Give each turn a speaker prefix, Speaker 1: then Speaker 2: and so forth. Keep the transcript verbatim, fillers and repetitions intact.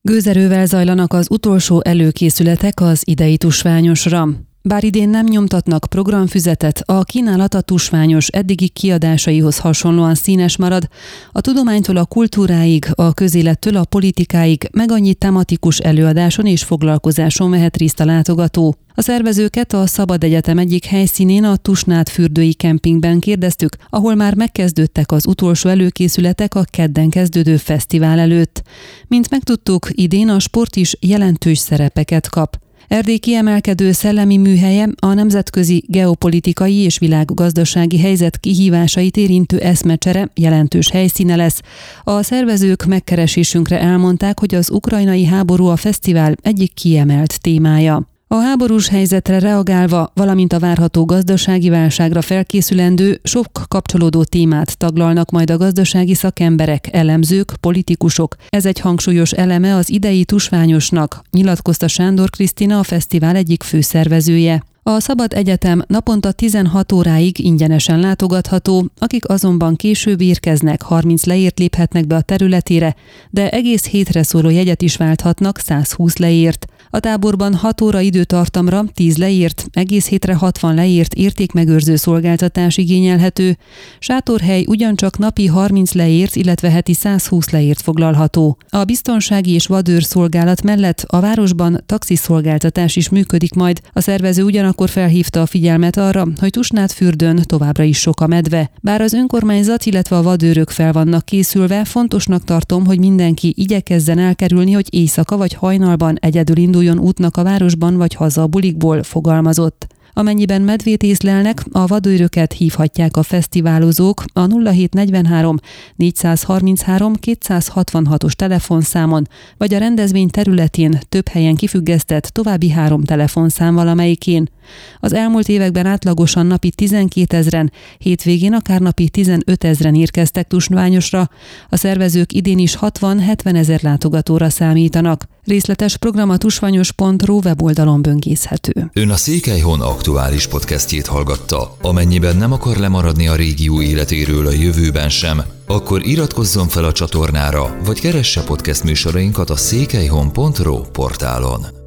Speaker 1: Gőzerővel zajlanak az utolsó előkészületek az idei tusványosra. Bár idén nem nyomtatnak programfüzetet, a kínálat a tusványos eddigi kiadásaihoz hasonlóan színes marad, a tudománytól a kultúráig, a közélettől a politikáig meg annyi tematikus előadáson és foglalkozáson vehet részt a látogató. A szervezőket a Szabad Egyetem egyik helyszínén, a Tusnád fürdői kempingben kérdeztük, ahol már megkezdődtek az utolsó előkészületek a kedden kezdődő fesztivál előtt. Mint megtudtuk, idén a sport is jelentős szerepeket kap. Erdély kiemelkedő szellemi műhelye a nemzetközi geopolitikai és világgazdasági helyzet kihívásait érintő eszmecsere jelentős helyszíne lesz. A szervezők megkeresésünkre elmondták, hogy az ukrajnai háború a fesztivál egyik kiemelt témája. A háborús helyzetre reagálva, valamint a várható gazdasági válságra felkészülendő, sok kapcsolódó témát taglalnak majd a gazdasági szakemberek, elemzők, politikusok. Ez egy hangsúlyos eleme az idei tusványosnak, nyilatkozta Sándor Krisztina, a fesztivál egyik főszervezője. A Szabad Egyetem naponta tizenhat óráig ingyenesen látogatható, akik azonban később érkeznek, harminc leért léphetnek be a területére, de egész hétre szóló jegyet is válthatnak százhúsz leért. A táborban hat óra időtartamra tíz leírt, egész hétre hatvan leírt értékmegőrző szolgáltatás igényelhető. Sátorhely ugyancsak napi harminc leírt, illetve heti százhúsz leírt foglalható. A biztonsági és vadőrszolgálat mellett a városban taxiszolgáltatás is működik majd. A szervező ugyanakkor felhívta a figyelmet arra, hogy Tusnádfürdőn továbbra is sok a medve. Bár az önkormányzat, illetve a vadőrök fel vannak készülve, fontosnak tartom, hogy mindenki igyekezzen elkerülni, hogy éjszaka vagy hajnalban egyedül induljon útnak a városban vagy haza a bulikból, fogalmazott. Amennyiben medvét észlelnek, a vadőröket hívhatják a fesztiválozók a nulla hét negyvenhárom négyszázharminchárom kétszázhatvanhatos telefonszámon, vagy a rendezvény területén több helyen kifüggesztett további három telefonszám valamelyikén. Az elmúlt években átlagosan napi tizenkétezren, hétvégén akár napi tizenötezren érkeztek tusványosra. A szervezők idén is hatvan-hetven ezer látogatóra számítanak. Részletes program a tusványos pont ru weboldalon böngészhető.
Speaker 2: Ön a Székelyhon aktuális podcastjét hallgatta. Amennyiben nem akar lemaradni a régió életéről a jövőben sem, akkor iratkozzon fel a csatornára, vagy keresse podcast műsorainkat a székelyhon pont ru portálon.